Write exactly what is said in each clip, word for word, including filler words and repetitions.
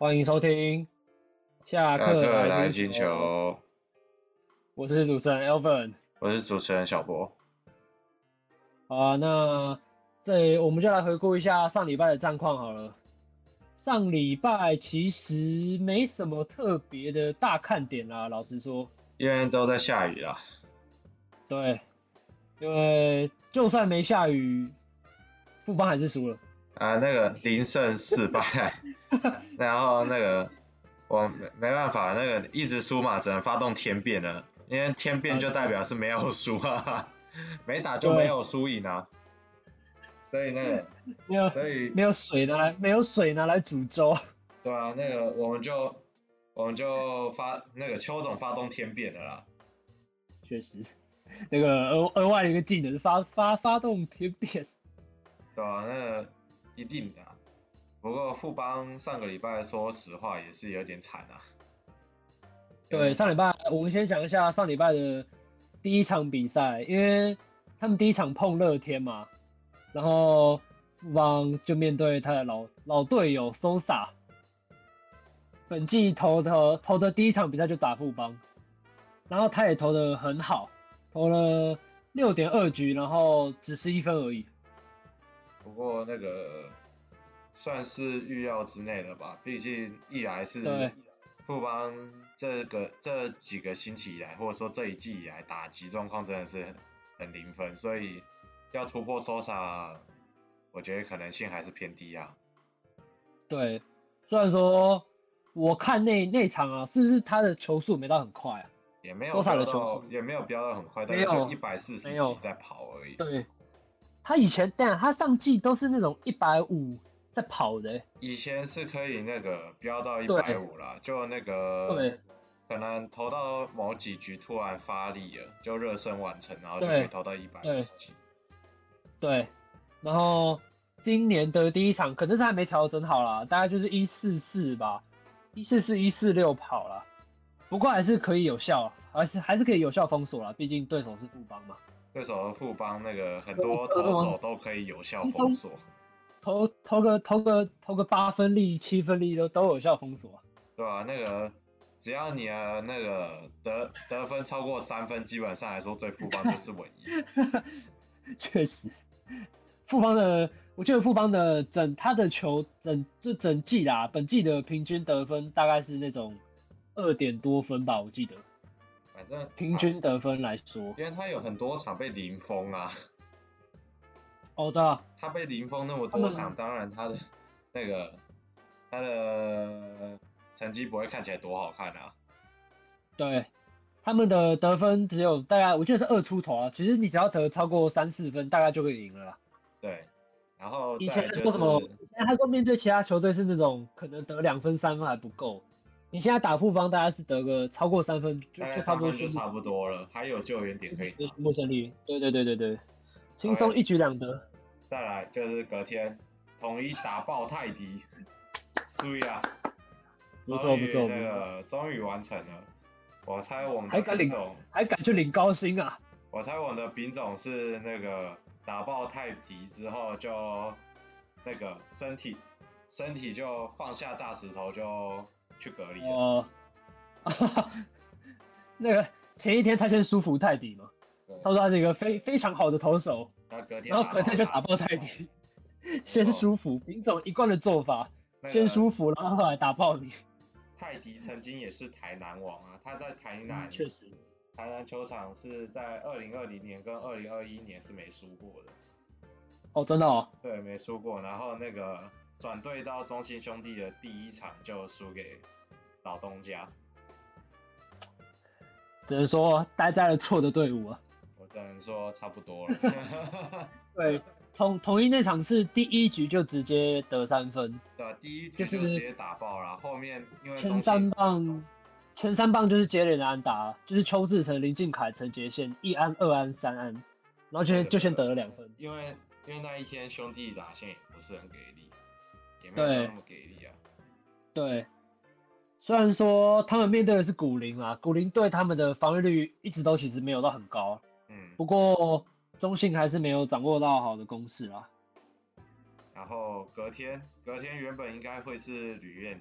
欢迎收听下下课课来星来听球， 球， 我是主持人 Elvin。 我是主持人小博。 好啊，那这我们就来回顾一下上礼拜的战况好了。上礼拜其实没什么特别的大看点啦，老实说， 因为都在下雨啦。 对，因为就算没下雨，富邦还是输了。 啊，那个零胜四败，然后那个我没没办法，那个一直输嘛，只能发动天变了，因为天变就代表是没有输啊，没打就没有输赢啊，所以那个没有所以没有水拿来没有水拿来煮粥。 对啊，那个我们就我们就发那个邱总发动天变了啦。 确实，那个额额外的一个技能发发发动天变。 对啊，那个一定的啊。不过富邦上个礼拜说实话也是有点惨啊。 对，上礼拜我们先讲一下上礼拜的第一场比赛，因为他们第一场碰乐天嘛，然后富邦就面对他的老老队友 Sosa， 本季投的投的第一场比赛就打富邦，然后他也投的很好，投了六点二局，然后只失一分而已。 不过那个算是预料之内的吧，毕竟一来是对富邦这个这几个星期以来，或者说这一季以来打击状况真的是很很零分，所以要突破 Sosa， 我觉得可能性还是偏低啊。 对，虽然说我看那那场啊，是不是他的球速没到很快啊？ 也没有 Sosa 飙的球速到也没有飙到很快，大没有概就一百四十几没有， 在跑而已。 对。他以前这样，他上季都是那种一百五在跑的、欸， 以前是可以那个飙到一对百五啦，就那个对可能投到某几局突然发力了，就热身完成，然后就可以对投到一百五对十几。 对。然后今年的第一场可能是还没调整好啦，大概就是一四四吧，一四四一四六跑啦，不过还是可以有效，还是还是可以有效封锁啦，毕竟对手是富邦嘛。 对手的富邦那个很多投手都可以有效封锁。 投投个投个投个八分力、七分力都都有效封锁、啊。 对吧、啊？那个只要你的那个得得分超过三分，基本上来说对富邦就是稳赢。 确实，富邦的，我记得富邦的整他的球整就整季啦，本季的平均得分大概是那种二点多分吧，我记得。 反正平均得分来说， 因为他有很多场被零封啊。 哦对啊， 他被零封那么多场，当然他的那个他的成绩不会看起来多好看啊。 对，他们的得分只有大概我记得是二出头啊，其实你只要得超过三四分，大概就可以赢了啦。 对，然后以前再就是说什么？以前他说面对其他球队是那种可能得两分三分还不够，你现在打富邦，大概是得个超过三分就就差不多就差不多了，还有救援点可以拿。 宣布胜利，对对对对对，轻松一举两得。 再来就是隔天统一打爆泰迪，输呀， 不错不错， 那个终于完成了。我猜我们的品种还敢去领高薪啊！ 我猜我们的品种是那个打爆泰迪之后就那个身体身体就放下大石头就去隔离了。 哦、呃，那个前一天他先舒服泰迪嘛，他说他是一个非非常好的投手， 然后隔天然后隔天就打爆泰迪，先舒服，品种一贯的做法，那個、先舒服，然后后来打爆你。 泰迪曾经也是台南王啊，他在台南， 确、嗯、实， 台南球场是在二零二零年跟二零二一年是没输过的。 哦，真的哦？ 对，没输过。然后那个转队到中信兄弟的第一场就输给老东家， 只能说待在了错的队伍啊。 我只能说差不多了。 对。统统一那场是第一局就直接得三分， 对、啊，第一局就直接打爆了。后面因为前三棒，前三棒就是接连的安打，就是邱志成、林敬凯、陈杰宪一安、二安、三安，然后就就先得了两分。 因为因为那一天兄弟打线也不是很给力，也没有那么给力啊。 对，虽然说他们面对的是古林啊，古林对他们的防御率一直都其实没有到很高，嗯，不过。中信还是没有掌握到好的攻势啦。 然后隔天，隔天原本应该会是吕彦青，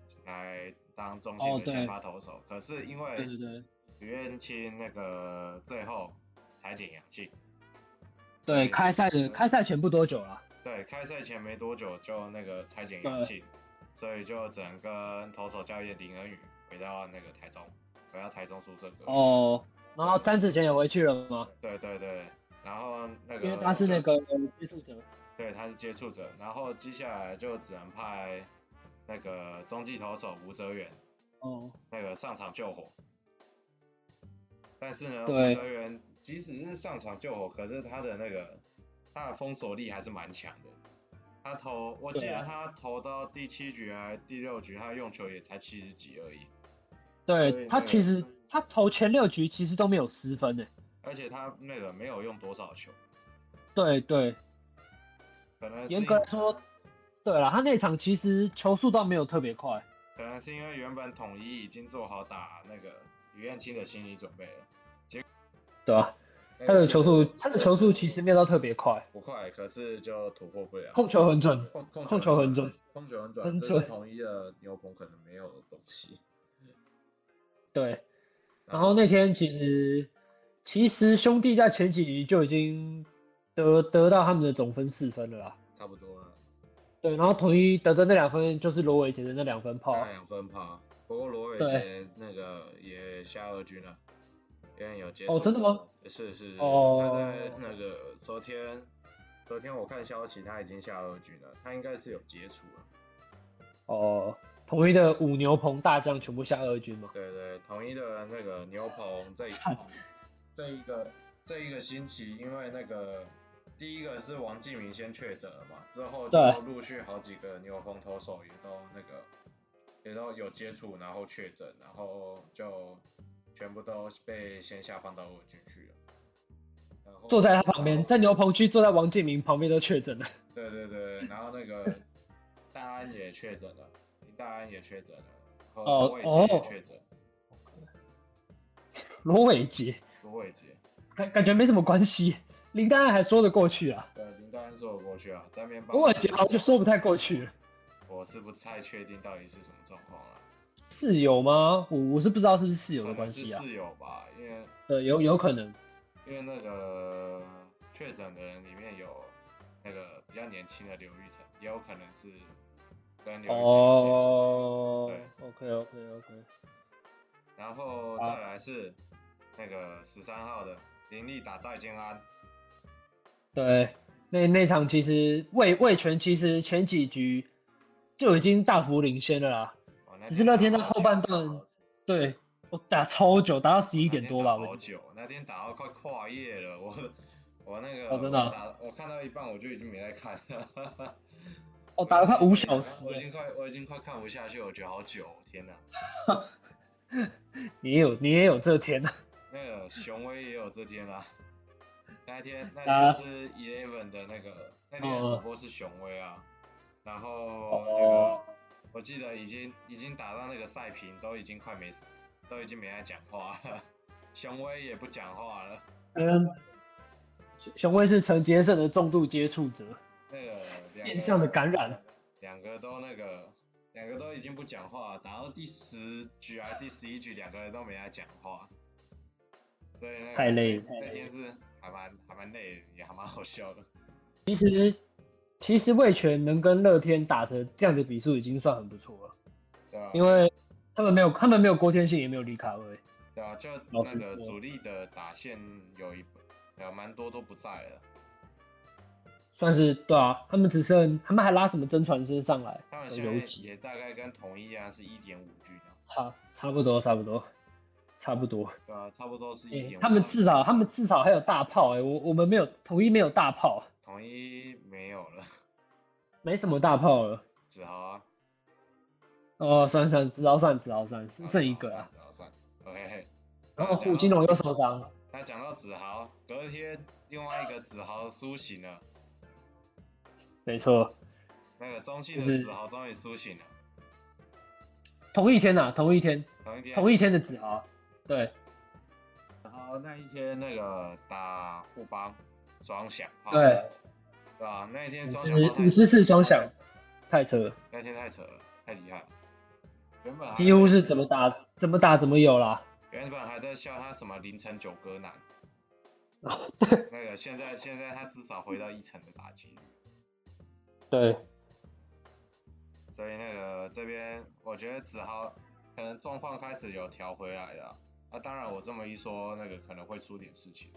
来当中信的先发投手， 哦、 可是因为吕彦青那个最后裁减阳气， 对，开赛的开赛前不多久啦， 对，开赛前没多久就那个裁减阳气，所以就只能跟投手教练林恩宇回到那个台中，回到台中宿舍。 哦，然后詹子贤也回去了吗？ 对对对，然后那个因为他是那个接触者， 对，他是接触者，然后接下来就只能派那个中继投手吴哲源， 哦，那个上场救火。但是呢，吴哲源即使是上场救火，可是他的那个他的封锁力还是蛮强的。他投，我记得他投到第七局还是第六局，他用球也才七十几而已。 对他其实他投前六局其实都没有失分呢， 而且他那个没有用多少球。 对对，严格来说，对啦，他那场其实球速倒没有特别快。 可能是因为原本统一已经做好打那个吕彦青的心理准备了，结对啊，他的球速，他的球速其实没有到特别快， 不快，可是就突破不了。 控球很准， 控控球很准， 控球很准，这是统一的牛棚可能没有的东西。 对，然后那天其实其实兄弟在前几局就已经得得到他们的总分四分了啦， 差不多了。 对，然后统一得的那两分就是罗伟杰的那两分炮， 两分炮。不过罗伟杰那个也下二军了，因为有接触。 哦，真的吗？ 是是， 哦， 他在那个昨天，昨天我看消息他已经下二军了，他应该是有接触了。 哦。统一的五牛棚大将全部下二军嘛？ 对对，统一的那个牛棚这一这一个这一个星期，因为那个第一个是王继明先确诊了嘛，之后就陆续好几个牛棚投手也都那个也都有接触，然后确诊，然后就全部都被先下放到二军去了。然后坐在他旁边，在牛棚区坐在王继明旁边都确诊了。 对对对，然后那个大安也确诊了。大安也确诊了，然后罗伟杰也确诊。 罗伟杰， 罗伟杰， 感感觉没什么关系。林丹安还说得过去啊。 对，林丹安说得过去啊，在面罗伟杰好像就说不太过去了。 我是不太确定到底是什么状况啊。 室友吗？我我是不知道是不是室友的关系啊。 是室友吧，因为呃有有可能， 因为那个确诊的人里面有那个比较年轻的刘玉成，也有可能是。 哦，对 ，OK OK OK， 然后再来是那个十三号的林立打再见安， 对，那那场其实味味全其实前几局就已经大幅领先了啦，只是那天在后半段，对我打超久，打到十一点多吧， 好久，那天打到快跨夜了，我我那个哦真的、啊， 打我看到一半我就已经没在看了。 我、哦、打了快五小时， 我已经快我已经快看不下去，我觉得好久，天哪！ 你也有你也有这天啊？ 那个雄威也有这天啊。那天那天是 Eleven 的那个，那天的主播是雄威啊。然后那个我记得已经已经打到那个赛评都已经快没都已经没在讲话了，雄威也不讲话了。嗯， 雄威是陈杰胜的重度接触者。 那个变相的感染， 两个都那个，两个都已经不讲话，打到第十局还是第十一局，两个人都没在讲话，所以那个太累了。 那天是还蛮还蛮累的，也还蛮好笑的。 其实其实味全能跟乐天打成这样的比数已经算很不错了， 对啊， 因为他们没有他们没有郭天信，也没有李卡威， 对啊，就那个主力的打线有一有蛮多都不在了。 算是对啊，他们只剩他们还拉什么真传师上来， 他们现在也大概跟统一一样是一点五局的， 差差不多差不多差不多， 对啊，差不多是一点五、欸。 他们至少他们至少还有大炮哎、欸，我我们没有，统一没有大炮， 统一没有了， 没什么大炮了。 子豪啊， 哦，算算子豪算子豪算，剩一个啊， 子豪算 ，OK。 然后胡金龙又受伤， 那讲到子豪，隔天另外一个子豪苏醒了。 没错， 那个中信的子豪终于苏醒了。 同一天呐、啊，同一天， 同一天， 同一天的子豪，对。 然后那一天那个打富邦双响炮， 对， 对吧？那一天双响炮五十四双响，太扯了。 那天太扯了，太厉害了。 原本几乎是怎么打怎么打怎么有啦。 原本还在笑他什么凌晨九哥男，那个现在现在他至少回到一成的打击率。 对。 所以那个这边我觉得子豪可能状况开始有调回来了。啊，当然我这么一说，那个可能会出点事情。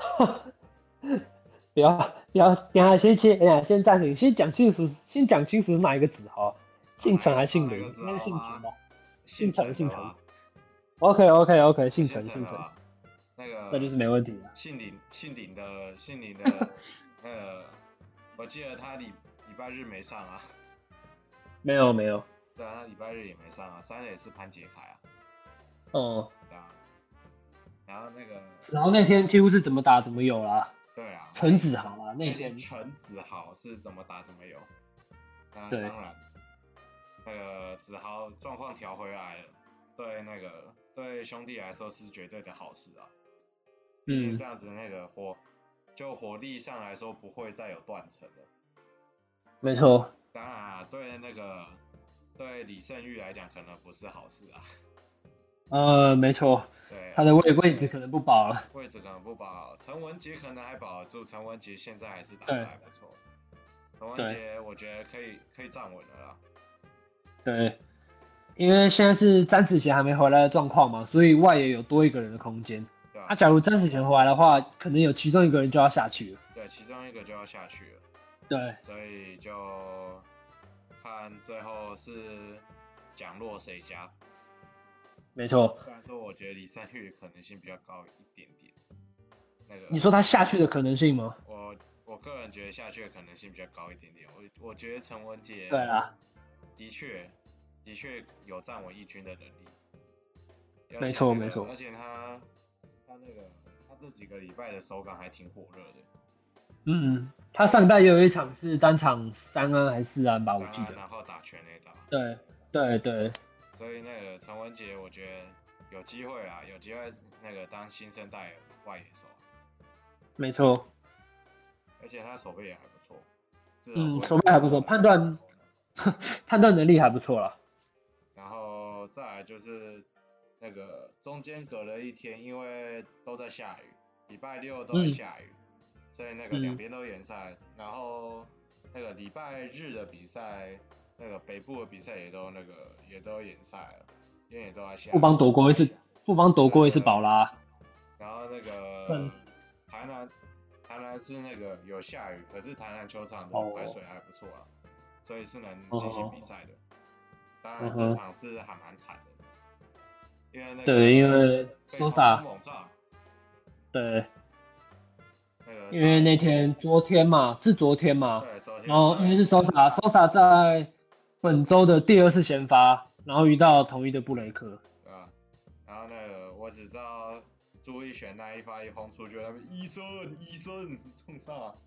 不要不要，等下先先，哎呀，先暂停，先讲清楚，先讲清楚是哪一个子豪，姓陈还是姓林？应该是姓陈吧？姓陈，姓陈。OK OK OK，姓陈姓陈。 那个那就是没问题了。 姓林姓林的姓林的，那个我记得他礼礼拜日没上啊。 没有没有。 对啊，他礼拜日也没上啊，三垒是潘杰凯啊。 哦。 对啊。然后那个子豪那天几乎是怎么打怎么有啦。 对啊。 陈子豪啊，那天。 陈子豪是怎么打怎么有。那对。 当然，那个子豪状况调回来了，对那个对兄弟来说是绝对的好事啊。毕竟这样子那个火，就火力上来说不会再有断层了。 没错。 当然啊，对那个对李胜玉来讲可能不是好事啊。 呃，没错。 对。 他的位位置可能不保了。 位置可能不保，陈文杰可能还保得住，陈文杰现在还是打得还不错。陈文杰我觉得可以可以站稳了啦。 对。因为现在是詹子贤还没回来的状况嘛，所以外野有多一个人的空间。他、啊啊、假如詹子贤回来的话，可能有其中一个人就要下去了。 对，其中一个就要下去了。 对。 所以就看最后是奖落谁家。 没错。 虽然说我觉得李胜玉的可能性比较高一点点。那个。 你说他下去的可能性吗？ 我我个人觉得下去的可能性比较高一点点。我我觉得陈文杰。 对啦。 的确。的确有站稳一军的能力， 没错、那个、没错， 而且他他那个他这几个礼拜的手感还挺火热的。 嗯，他上礼拜也有一场是单场三安还是四安吧，我记得。 然后打全垒打。 对对对。 所以那个陈文杰，我觉得有机会啦，有机会那个当新生代外野手。 没错。 而且他手背也还不错。 嗯，手背还不错，判断判断能力还不错啦。 然后再来就是那个中间隔了一天，因为都在下雨，礼拜六都在下雨，嗯、所以那个两边都延赛、嗯。然后那个礼拜日的比赛，那个北部的比赛也都那个也都延赛了，因为也都在下雨。 富邦夺过一次，富邦夺过一次宝拉。 然后那个台南台南是那个有下雨，可是台南球场的排水还不错啊，哦、所以是能进行比赛的。哦当然，这场是还蛮惨的，因为那个对，因为说啥？对， 那个因为那天昨天嘛，是昨天嘛， 对，昨天。 然后因为是 Sosa，Sosa 在本周的第二次先发，然后遇到统一的布雷克。 对啊，然后那个我只知道朱一璇那一发一轰出去，他们医生医生冲上啊！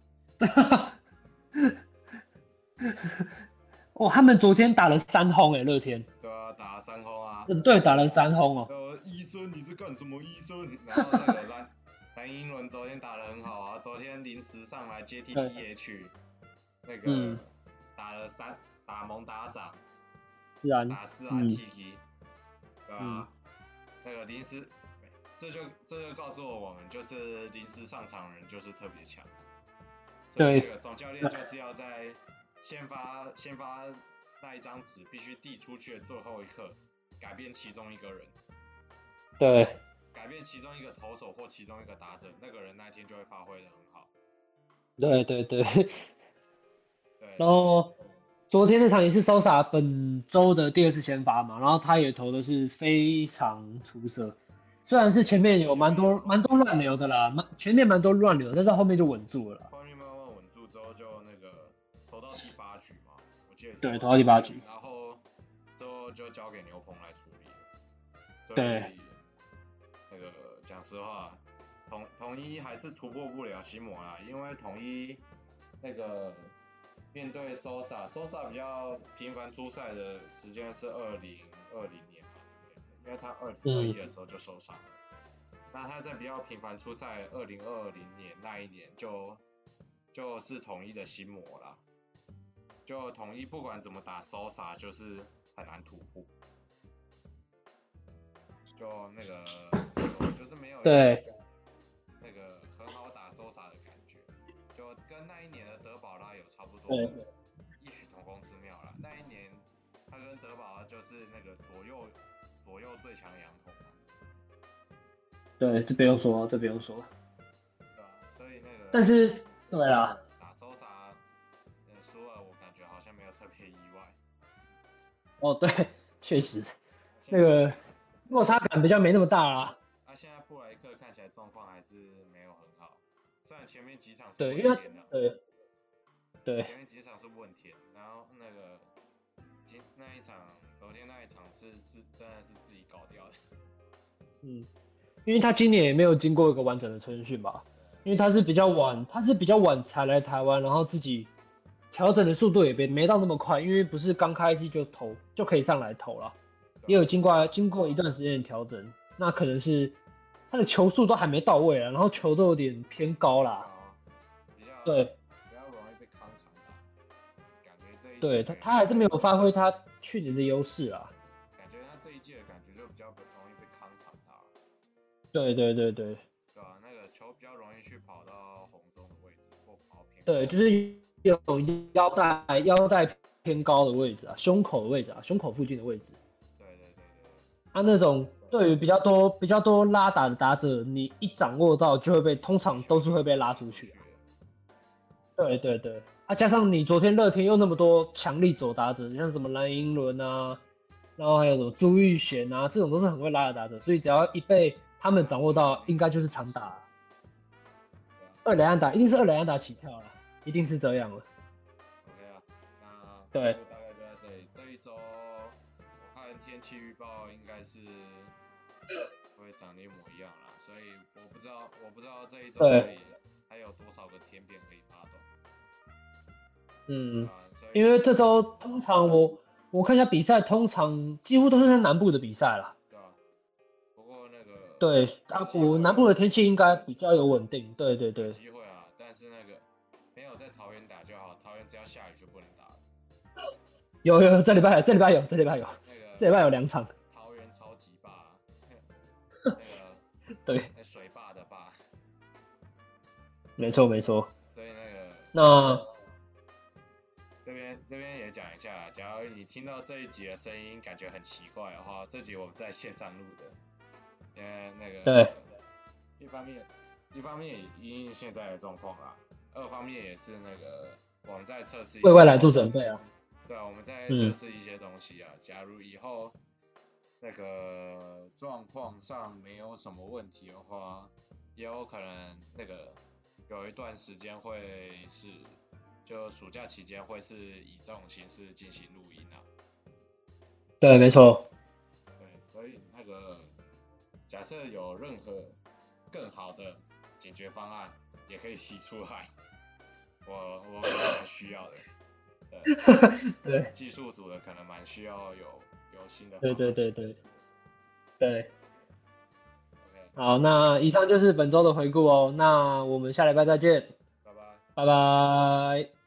哦，他们昨天打了三轰哎，乐天。 对啊，打了三轰啊。 对，打了三轰哦。 呃，医生你在干什么？医生，然后那个蓝蓝英伦昨天打得很好啊，昨天临时上来接替 P H， 那个、嗯、打了三打蒙打赏，打四安 T T， 对吧、啊？那个临时，这就这就告诉我们，就是临时上场人就是特别强。所以那个总教练就是要在先发先发那一张纸必须递出去的最后一刻，改变其中一个人。 对。 改变其中一个投手或其中一个打者，那个人那一天就会发挥得很好。 对对对。 对。 然后昨天这场也是 Sosa 本周的第二次先发嘛，然后他也投的是非常出色。虽然是前面有蛮多蛮多乱流的啦，前面蛮多乱流，但是后面就稳住了。 后面慢慢稳住之后，就那个投到第八局嘛，我记得。 对，投到第八局。 然后之后就交给牛棚来处理了。 对。 那个讲实话，统统一还是突破不了心魔啦，因为统一那个面对 Sosa，Sosa 比较频繁出赛的时间是二零二零年嘛，因为他二零二一的时候就受伤了。嗯、那他在比较频繁出赛二零二零年那一年就就是统一的心魔啦，就统一不管怎么打 Sosa 就是很难突破。 就那个怎么说，就是没有对那个很好打收撒的感觉，就跟那一年的德保拉有差不多对异曲同工之妙啦。那一年他跟德保拉就是那个左右左右最强洋统嘛， 对，这不用说，这不用说。 对吧？所以那个但是对啦， 打收撒呃输了，我感觉好像没有特别意外。 哦对，确实那个落差感比较没那么大啦。 那、啊、现在布莱克看起来状况还是没有很好，虽然前面几场是对，因为问天的， 对对前面几场是问天，然后那个今那一场昨天那一场是自真的是自己搞掉的。 嗯，因为他今年也没有经过一个完整的春训吧，因为他是比较晚，他是比较晚才来台湾，然后自己调整的速度也没没到那么快，因为不是刚开季就投就可以上来投了，也有经过经过一段时间的调整，那可能是他的球速都还没到位啊，然后球都有点偏高啦， 比较对比较容易被康场打，感觉这一对， 季他他还是没有发挥他去年的优势啊， 感觉他这一季的感觉就比较容易被康场打， 对对对对， 对吧、那个球比较容易去跑到红中的位置或跑偏， 对，就是有腰带腰带偏高的位置啊，胸口的位置啊，胸口附近的位置。 对对对对对， 他那种对于比较多比较多拉打的打者，你一掌握到就会被，通常都是会被拉出去啊。对对对，啊，加上你昨天乐天又那么多强力左打者，像什么蓝银伦啊，然后还有什么朱玉贤啊，这种都是很会拉的打者，所以只要一被他们掌握到，应该就是长打啊。二垒安打一定是二垒安打起跳了，一定是这样了。 OK 啊，那对大概就在这里。这一周我看天气预报应该是会长得一模一样啦，所以我不知道我不知道这一周可以还有多少个天变可以发动。 嗯， 啊、 因为这周通常我我看一下比赛，通常几乎都是在南部的比赛啦。 对啊，不过那个对，阿古南部的天气应该比较有稳定。对对对有，机会啊，但是那个没有在桃园打就好，桃园只要下雨就不能打了。 有有这礼拜这礼拜有这礼拜有那个这礼拜有两场。 桃园超级霸、啊，那个对， 那水坝的坝， 没错没错。 所以那个那这边这边也讲一下，假如你听到这一集的声音感觉很奇怪的话，这集我们是在线上录的，因为那个对， 一方面一方面因应现在的状况啦，二方面也是那个我们在测试为未来做准备啊。 对啊，我们在测试一些东西啊，假如以后那个状况上没有什么问题的话，也有可能那个有一段时间会是。就暑假期间会是以这种形式进行录音啊。 对，没错。 对，所以那个假设有任何更好的解决方案，也可以提出来，我我可能蛮需要的。对， 对， 技术组的可能蛮需要有有新的方对案。 对对对对。 OK， 好，那以上就是本周的回顾哦。那我们下礼拜再见。 拜拜。 拜拜。